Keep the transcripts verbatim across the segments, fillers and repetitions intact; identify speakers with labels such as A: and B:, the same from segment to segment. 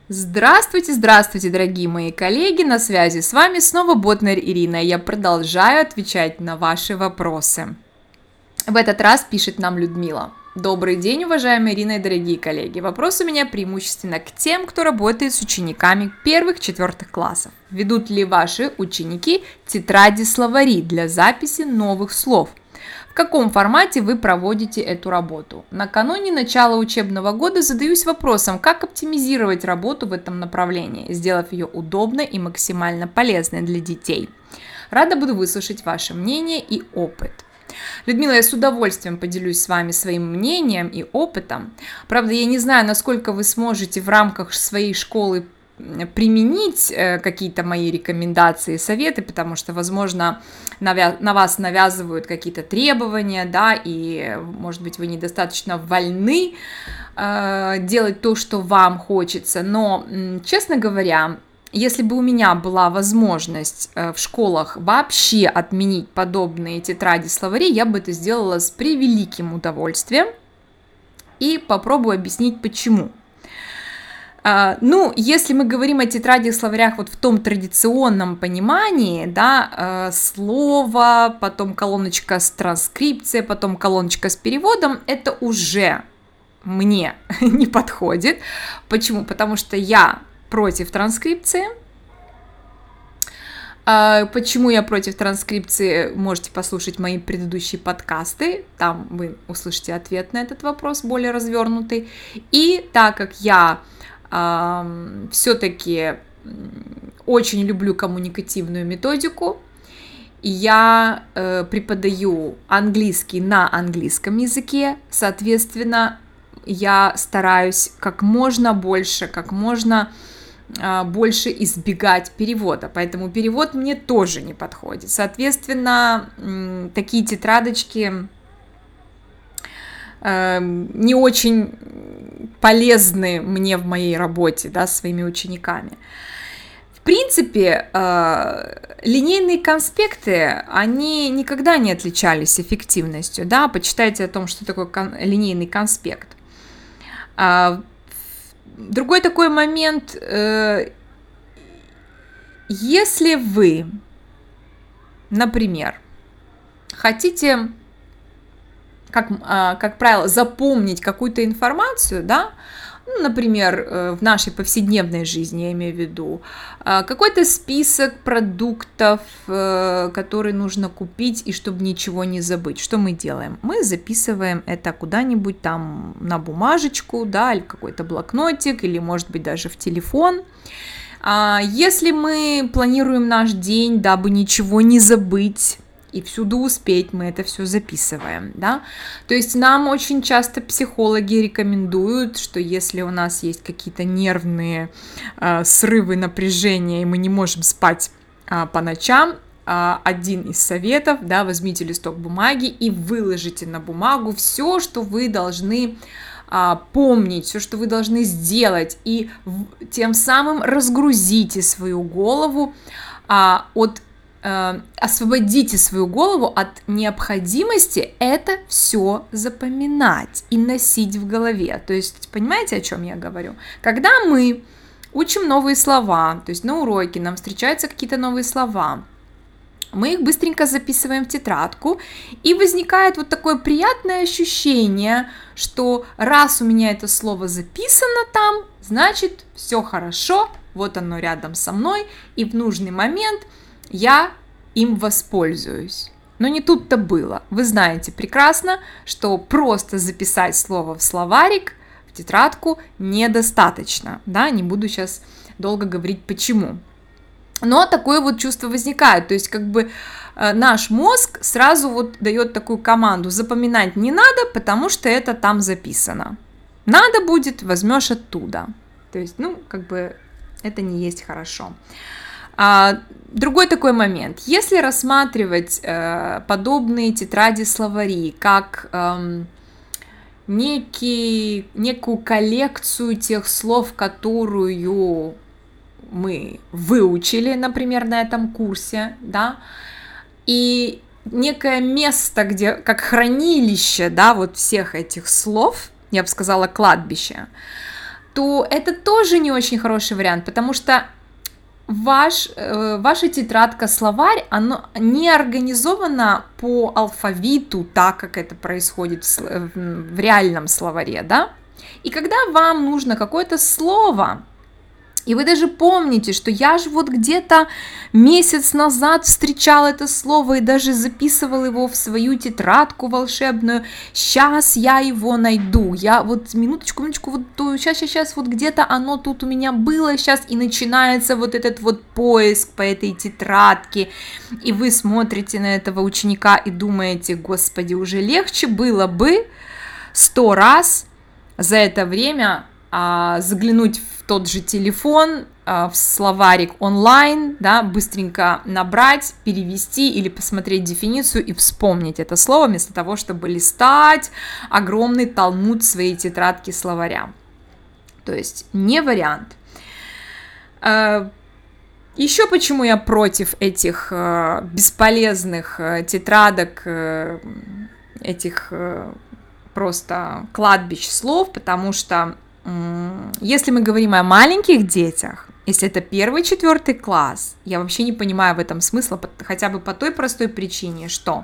A: Здравствуйте, здравствуйте, дорогие мои коллеги, на связи с вами снова Ботнер Ирина, я продолжаю отвечать на ваши вопросы. В этот раз пишет нам Людмила. Добрый день, уважаемая Ирина и дорогие коллеги. Вопрос у меня преимущественно к тем, кто работает с учениками первых-четвертых классов. Ведут ли ваши ученики тетради-словари для записи новых слов? В каком формате вы проводите эту работу? Накануне начала учебного года задаюсь вопросом, как оптимизировать работу в этом направлении, сделав ее удобной и максимально полезной для детей. Рада буду выслушать ваше мнение и опыт. Людмила, я с удовольствием поделюсь с вами своим мнением и опытом. Правда, я не знаю, насколько вы сможете в рамках своей школы применить какие-то мои рекомендации и советы, потому что, возможно, на вас навязывают какие-то требования, да, и, может быть, вы недостаточно вольны э, делать то, что вам хочется, но, честно говоря, если бы у меня была возможность в школах вообще отменить подобные тетради-словари, я бы это сделала с превеликим удовольствием и попробую объяснить, почему. Ну, если мы говорим о тетрадях-словарях вот в том традиционном понимании, да, слово, потом колоночка с транскрипцией, потом колоночка с переводом, это уже мне не подходит. Почему? Потому что я против транскрипции. Почему я против транскрипции? Можете послушать мои предыдущие подкасты, там вы услышите ответ на этот вопрос более развернутый. И так как я э, все-таки очень люблю коммуникативную методику, я э, преподаю английский на английском языке, соответственно, я стараюсь как можно больше, как можно больше избегать перевода, поэтому перевод мне тоже не подходит. Соответственно, такие тетрадочки не очень полезны мне в моей работе, да, с своими учениками. В принципе, линейные конспекты, они никогда не отличались эффективностью, да, почитайте о том, что такое линейный конспект. Другой такой момент, если вы, например, хотите, как, как правило, запомнить какую-то информацию, да, ну, например, в нашей повседневной жизни, я имею в виду, какой-то список продуктов, которые нужно купить, и чтобы ничего не забыть. Что мы делаем? Мы записываем это куда-нибудь там на бумажечку, да, или какой-то блокнотик, или, может быть, даже в телефон. Если мы планируем наш день, дабы ничего не забыть, и всюду успеть, мы это все записываем, да, то есть нам очень часто психологи рекомендуют, что если у нас есть какие-то нервные э, срывы напряжения, и мы не можем спать э, по ночам, э, один из советов, да, возьмите листок бумаги и выложите на бумагу все, что вы должны э, помнить, все, что вы должны сделать, и в, тем самым разгрузите свою голову э, от освободите свою голову от необходимости это все запоминать и носить в голове. То есть, понимаете, о чем я говорю? Когда мы учим новые слова, то есть на уроке нам встречаются какие-то новые слова, мы их быстренько записываем в тетрадку, и возникает вот такое приятное ощущение, что раз у меня это слово записано там, значит, все хорошо, вот оно рядом со мной, и в нужный момент я им воспользуюсь. Но не тут-то было. Вы знаете прекрасно, что просто записать слово в словарик, в тетрадку недостаточно. Да? Не буду сейчас долго говорить почему. Но такое вот чувство возникает. То есть как бы э, наш мозг сразу вот дает такую команду: запоминать не надо, потому что это там записано. Надо будет, возьмешь оттуда. То есть, ну, как бы это не есть хорошо. А, другой такой момент. Если рассматривать э, подобные тетради-словари как э, некий, некую коллекцию тех слов, которую мы выучили, например, на этом курсе, да, и некое место, где как хранилище, да, вот всех этих слов, я бы сказала, кладбище, то это тоже не очень хороший вариант, потому что ваш, э, ваша тетрадка-словарь, она не организована по алфавиту, так как это происходит в, в, в реальном словаре, да? И когда вам нужно какое-то слово, и вы даже помните, что я же вот где-то месяц назад встречал это слово и даже записывал его в свою тетрадку волшебную. Сейчас я его найду. Я вот минуточку, минуточку, вот сейчас, сейчас, сейчас, вот где-то оно тут у меня было сейчас, и начинается вот этот вот поиск по этой тетрадке. И вы смотрите на этого ученика и думаете: господи, уже легче было бы сто раз за это время а, заглянуть в тот же телефон, в словарик онлайн, да, быстренько набрать, перевести или посмотреть дефиницию и вспомнить это слово, вместо того, чтобы листать огромный талмуд своей тетрадки словаря. То есть не вариант. Еще почему я против этих бесполезных тетрадок, этих просто кладбищ слов, потому что если мы говорим о маленьких детях, если это первый, четвертый класс, я вообще не понимаю в этом смысла, хотя бы по той простой причине, что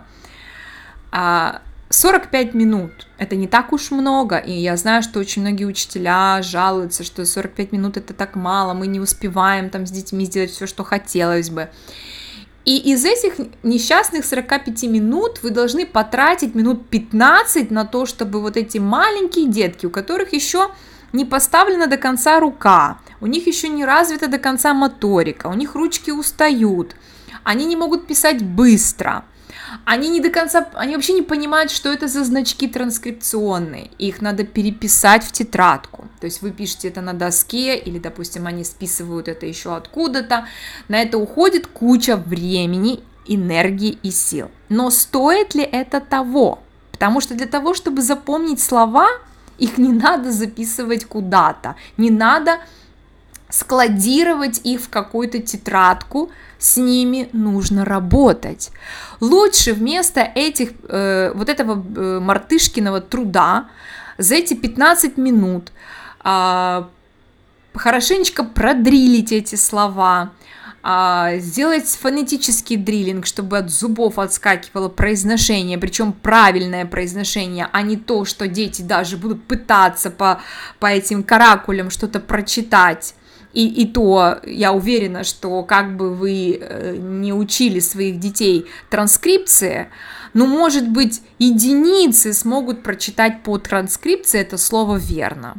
A: сорок пять минут – это не так уж много, и я знаю, что очень многие учителя жалуются, что сорок пять минут – это так мало, мы не успеваем там с детьми сделать все, что хотелось бы. И из этих несчастных сорока пяти минут вы должны потратить минут пятнадцать на то, чтобы вот эти маленькие детки, у которых еще не поставлена до конца рука, у них еще не развита до конца моторика, у них ручки устают, они не могут писать быстро, они не до конца, они вообще не понимают, что это за значки транскрипционные, их надо переписать в тетрадку, то есть вы пишете это на доске, или, допустим, они списывают это еще откуда-то, на это уходит куча времени, энергии и сил, но стоит ли это того? Потому что для того, чтобы запомнить слова, их не надо записывать куда-то, не надо складировать их в какую-то тетрадку, с ними нужно работать. Лучше вместо этих, э, вот этого э, мартышкиного труда за эти пятнадцать минут э, хорошенечко продрилить эти слова, сделать фонетический дриллинг, чтобы от зубов отскакивало произношение, причем правильное произношение, а не то, что дети даже будут пытаться по, по этим каракулям что-то прочитать. И, и то я уверена, что как бы вы не учили своих детей транскрипции, но, может быть, единицы смогут прочитать по транскрипции это слово верно.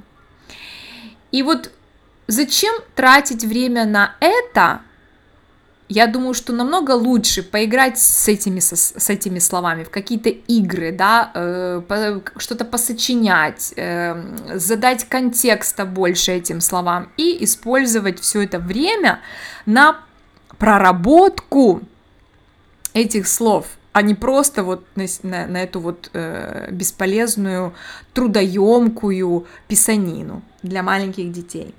A: И вот зачем тратить время на это? Я думаю, что намного лучше поиграть с этими, с этими словами в какие-то игры, да, э, что-то посочинять, э, задать контекста больше этим словам и использовать все это время на проработку этих слов, а не просто вот на, на, на эту вот э, бесполезную, трудоемкую писанину для маленьких детей.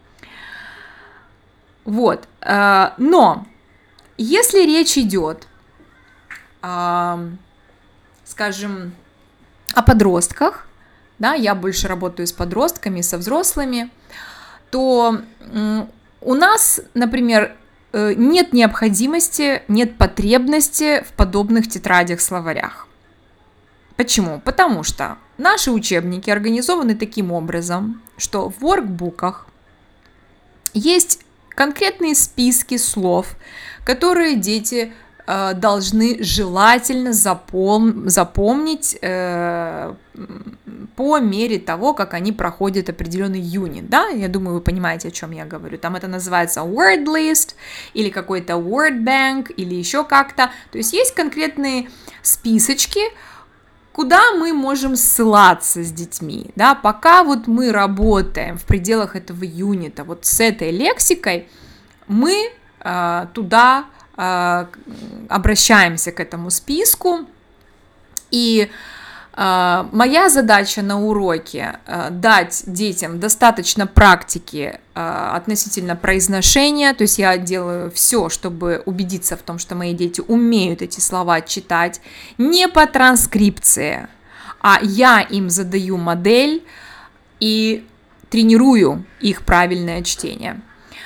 A: Вот, э, но если речь идет, э, скажем, о подростках, да, я больше работаю с подростками, со взрослыми, то э, у нас, например, э, нет необходимости, нет потребности в подобных тетрадях-словарях. Почему? Потому что наши учебники организованы таким образом, что в воркбуках есть конкретные списки слов, которые дети э, должны желательно запом- запомнить э, по мере того, как они проходят определенный юнит, да, я думаю, вы понимаете, о чем я говорю, там это называется word list, или какой-то word bank, или еще как-то, то есть есть конкретные списочки, куда мы можем ссылаться с детьми, да, пока вот мы работаем в пределах этого юнита, вот с этой лексикой, мы э, туда э, обращаемся к этому списку, и э, моя задача на уроке э, дать детям достаточно практики э, относительно произношения, то есть я делаю все, чтобы убедиться в том, что мои дети умеют эти слова читать, не по транскрипции, а я им задаю модель и тренирую их правильное чтение.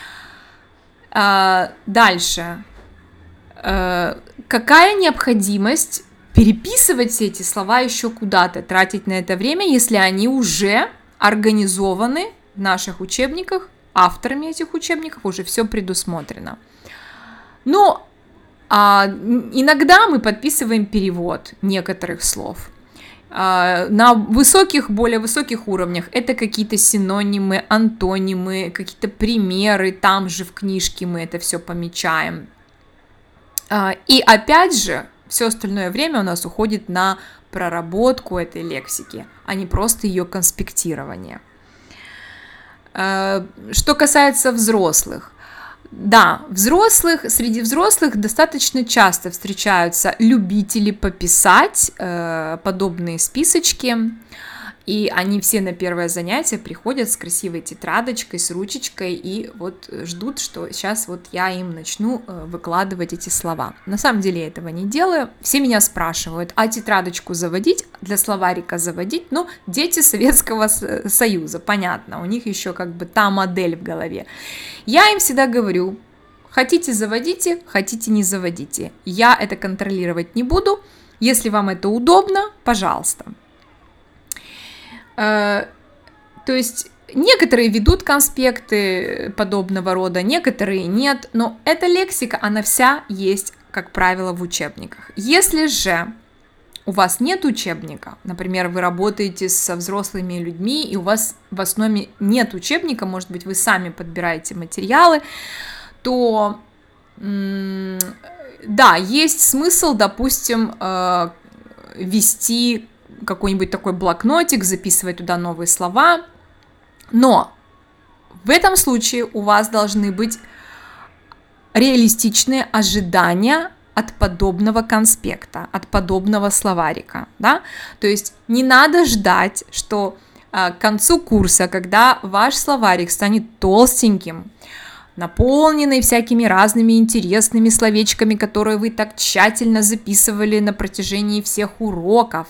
A: Дальше. Какая необходимость переписывать все эти слова еще куда-то, тратить на это время, если они уже организованы в наших учебниках, авторами этих учебников уже все предусмотрено. Но а, иногда мы подписываем перевод некоторых слов. А, на высоких, более высоких уровнях это какие-то синонимы, антонимы, какие-то примеры, там же в книжке мы это все помечаем. А, и опять же, все остальное время у нас уходит на проработку этой лексики, а не просто ее конспектирование. Что касается взрослых. Да, взрослых, среди взрослых достаточно часто встречаются любители пописать э, подобные списочки, и они все на первое занятие приходят с красивой тетрадочкой, с ручечкой, и вот ждут, что сейчас вот я им начну э, выкладывать эти слова. На самом деле я этого не делаю. Все меня спрашивают, а тетрадочку заводить, для словарика заводить? Ну, дети Советского Союза, понятно, у них еще как бы та модель в голове. Я им всегда говорю, хотите заводите, хотите не заводите. Я это контролировать не буду. Если вам это удобно, пожалуйста. То есть некоторые ведут конспекты подобного рода, некоторые нет, но эта лексика, она вся есть, как правило, в учебниках. Если же у вас нет учебника, например, вы работаете со взрослыми людьми, и у вас в основе нет учебника, может быть, вы сами подбираете материалы, то да, есть смысл, допустим, вести какой-нибудь такой блокнотик, записывать туда новые слова, но в этом случае у вас должны быть реалистичные ожидания от подобного конспекта, от подобного словарика, да, то есть не надо ждать, что а, к концу курса, когда ваш словарик станет толстеньким, наполненный всякими разными интересными словечками, которые вы так тщательно записывали на протяжении всех уроков,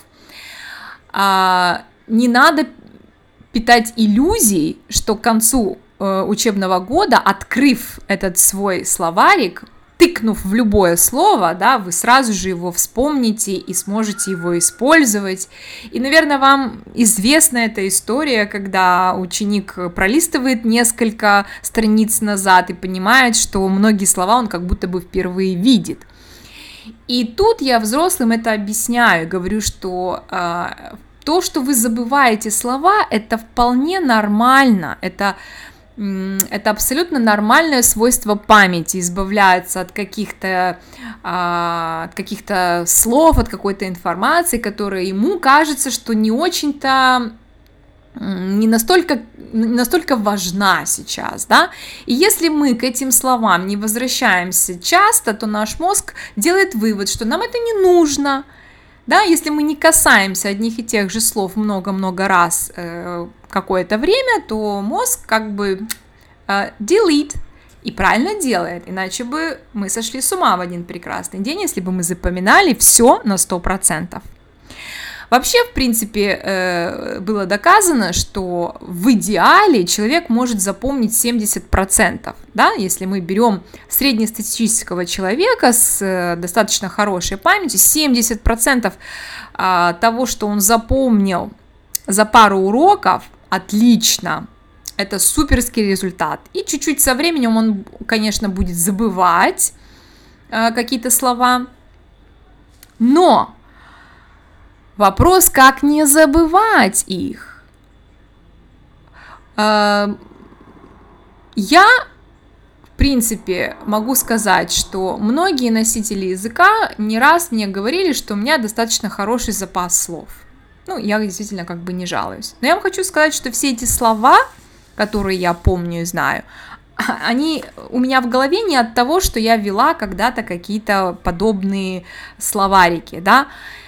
A: а, не надо питать иллюзий, что к концу э, учебного года, открыв этот свой словарик, тыкнув в любое слово, да, вы сразу же его вспомните и сможете его использовать. И, наверное, вам известна эта история, когда ученик пролистывает несколько страниц назад и понимает, что многие слова он как будто бы впервые видит. И тут я взрослым это объясняю, говорю, что э, то, что вы забываете слова, это вполне нормально, это, э, это абсолютно нормальное свойство памяти, избавляться от каких-то, э, от каких-то слов, от какой-то информации, которая ему кажется, что не очень-то, не настолько, не настолько важна сейчас, да, и если мы к этим словам не возвращаемся часто, то наш мозг делает вывод, что нам это не нужно, да, если мы не касаемся одних и тех же слов много-много раз э, какое-то время, то мозг как бы э, delete, и правильно делает, иначе бы мы сошли с ума в один прекрасный день, если бы мы запоминали все на сто процентов. Вообще, в принципе, было доказано, что в идеале человек может запомнить семьдесят процентов, да, если мы берем среднестатистического человека с достаточно хорошей памятью, семьдесят процентов того, что он запомнил за пару уроков, отлично, это суперский результат. И чуть-чуть со временем он, конечно, будет забывать какие-то слова, но вопрос, как не забывать их. Я, в принципе, могу сказать, что многие носители языка не раз мне говорили, что у меня достаточно хороший запас слов. Ну, я действительно как бы не жалуюсь. Но я вам хочу сказать, что все эти слова, которые я помню и знаю, они у меня в голове не от того, что я вела когда-то какие-то подобные словарики, да.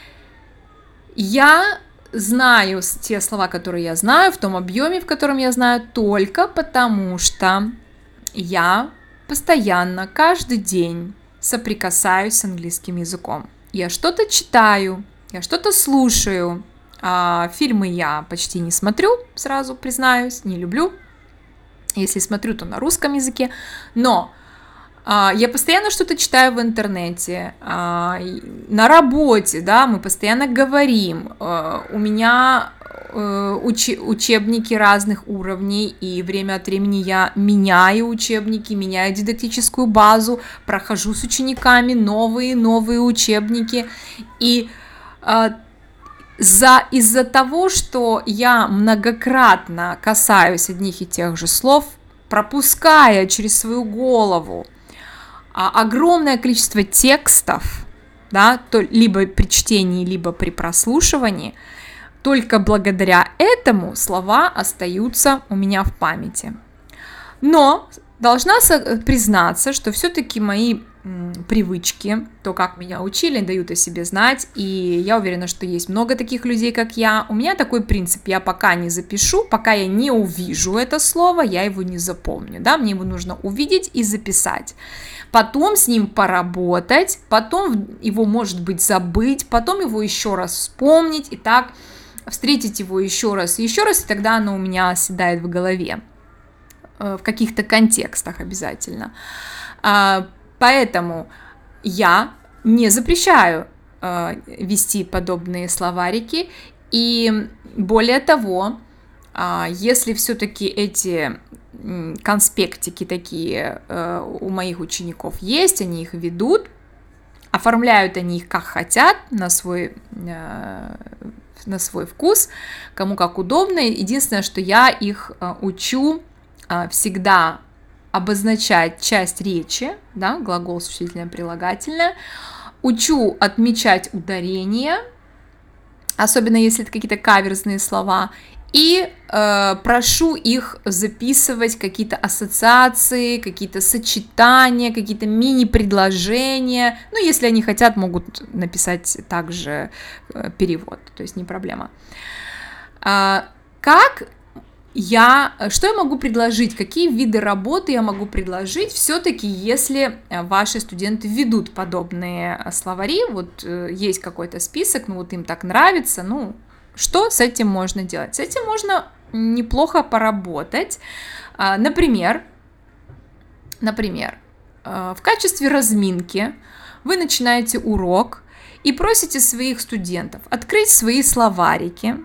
A: Я знаю те слова, которые я знаю, в том объеме, в котором я знаю, только потому что я постоянно, каждый день соприкасаюсь с английским языком. Я что-то читаю, я что-то слушаю, А, фильмы я почти не смотрю, сразу признаюсь, не люблю. Если смотрю, то на русском языке. Но а, я постоянно что-то читаю в интернете, а, на работе, да, мы постоянно говорим. А, у меня а, уч- учебники разных уровней, и время от времени я меняю учебники, меняю дидактическую базу, прохожу с учениками новые, новые учебники. И а, за, из-за того, что я многократно касаюсь одних и тех же слов, пропуская через свою голову а, огромное количество текстов, да, то либо при чтении, либо при прослушивании, только благодаря этому слова остаются у меня в памяти. Но должна признаться, что все-таки мои привычки, то, как меня учили, дают о себе знать, и я уверена, что есть много таких людей, как я. У меня такой принцип: я пока не запишу, пока я не увижу это слово, я его не запомню, да, мне его нужно увидеть и записать, потом с ним поработать, потом его, может быть, забыть, потом его еще раз вспомнить, и так встретить его еще раз и еще раз, и тогда оно у меня оседает в голове, в каких-то контекстах обязательно. Поэтому я не запрещаю э, вести подобные словарики, и более того, э, если все-таки эти э, конспектики такие э, у моих учеников есть, они их ведут, оформляют они их как хотят, на свой, э, на свой вкус, кому как удобно. Единственное, что я их э, учу э, всегда обозначать часть речи, да, глагол, существительное, прилагательное, учу отмечать ударение, особенно если это какие-то каверзные слова, и э, прошу их записывать какие-то ассоциации, какие-то сочетания, какие-то мини-предложения. Ну, если они хотят, могут написать также э, перевод, то есть не проблема. А, как Я, что я могу предложить, какие виды работы я могу предложить все-таки, если ваши студенты ведут подобные словари, вот есть какой-то список, ну вот им так нравится, ну что с этим можно делать? С этим можно неплохо поработать, например, например, в качестве разминки вы начинаете урок и просите своих студентов открыть свои словарики,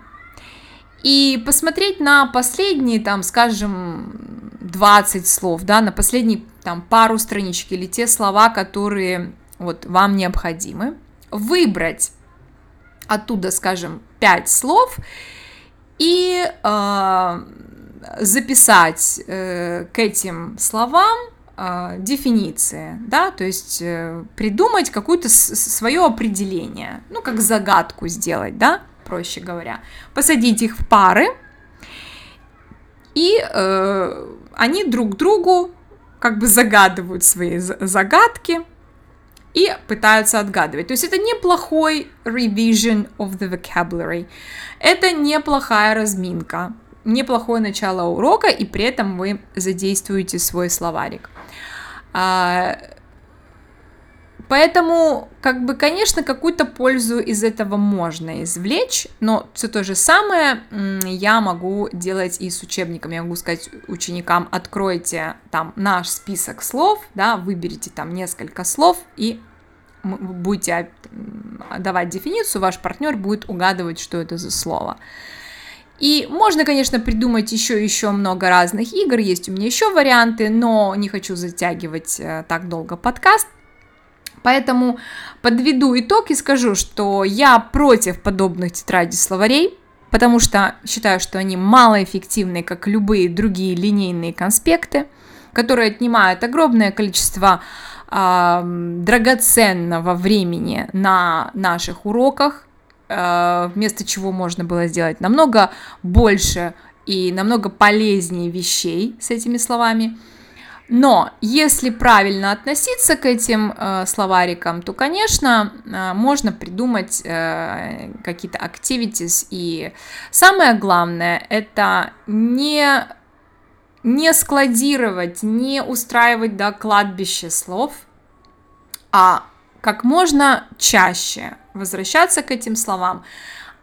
A: и посмотреть на последние, там, скажем, двадцать слов, да, на последние там, пару страничек или те слова, которые вот, вам необходимы, выбрать оттуда, скажем, пять слов и э, записать э, к этим словам э, дефиниции, да, то есть э, придумать какое-то свое определение, ну, как загадку сделать, да, проще говоря, посадить их в пары, и э, они друг другу как бы загадывают свои загадки и пытаются отгадывать. То есть это неплохой revision of the vocabulary, это неплохая разминка, неплохое начало урока, и при этом вы задействуете свой словарик. Поэтому, как бы, конечно, какую-то пользу из этого можно извлечь, но все то же самое я могу делать и с учебниками. Я могу сказать ученикам: откройте там наш список слов, да, выберите там несколько слов и будете давать дефиницию, ваш партнер будет угадывать, что это за слово. И можно, конечно, придумать еще еще много разных игр, есть у меня еще варианты, но не хочу затягивать так долго подкаст. Поэтому подведу итог и скажу, что я против подобных тетрадей словарей, потому что считаю, что они малоэффективны, как любые другие линейные конспекты, которые отнимают огромное количество э, драгоценного времени на наших уроках, э, вместо чего можно было сделать намного больше и намного полезнее вещей с этими словами. Но если правильно относиться к этим э, словарикам, то, конечно, э, можно придумать э, какие-то activities. И самое главное – это не, не складировать, не устраивать, да, кладбище слов, а как можно чаще возвращаться к этим словам,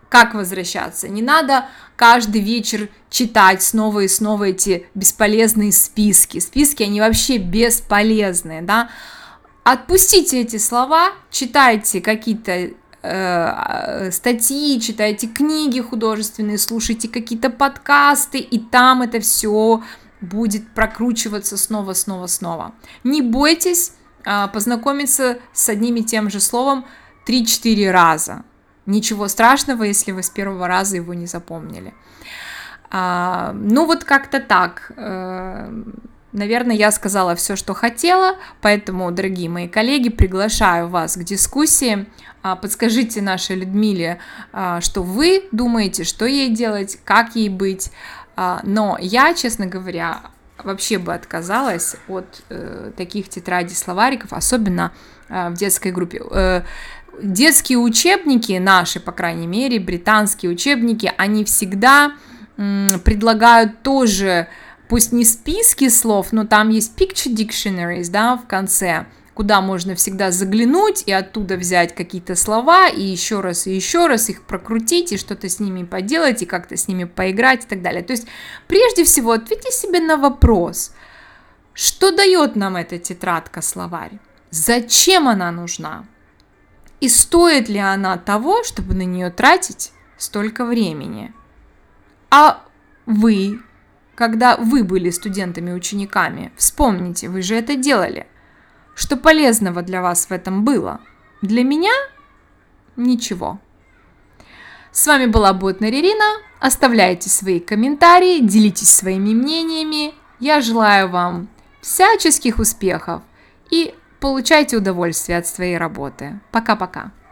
A: Как возвращаться? Не надо каждый вечер читать снова и снова эти бесполезные списки. Списки, они вообще бесполезные, да. Отпустите эти слова, читайте какие-то э, статьи, читайте книги художественные, слушайте какие-то подкасты, и там это все будет прокручиваться снова, снова, снова. Не бойтесь э, познакомиться с одним и тем же словом три-четыре раза. Ничего страшного, если вы с первого раза его не запомнили. А, ну вот как-то так. Наверное, я сказала все, что хотела, поэтому, дорогие мои коллеги, приглашаю вас к дискуссии. Подскажите нашей Людмиле, что вы думаете, что ей делать, как ей быть. Но я, честно говоря, вообще бы отказалась от таких тетрадей, словариков, особенно в детской группе. Детские учебники, наши, по крайней мере, британские учебники, они всегда м, предлагают тоже, пусть не списки слов, но там есть picture dictionaries, да, в конце, куда можно всегда заглянуть и оттуда взять какие-то слова и еще раз, и еще раз их прокрутить, и что-то с ними поделать, и как-то с ними поиграть и так далее. То есть, прежде всего, ответьте себе на вопрос, что дает нам эта тетрадка-словарь? Зачем она нужна? И стоит ли она того, чтобы на нее тратить столько времени? А вы, когда вы были студентами, учениками, вспомните, вы же это делали. Что полезного для вас в этом было? Для меня ничего. С вами была Ботнер Ирина. Оставляйте свои комментарии, делитесь своими мнениями. Я желаю вам всяческих успехов и получайте удовольствие от своей работы. Пока-пока.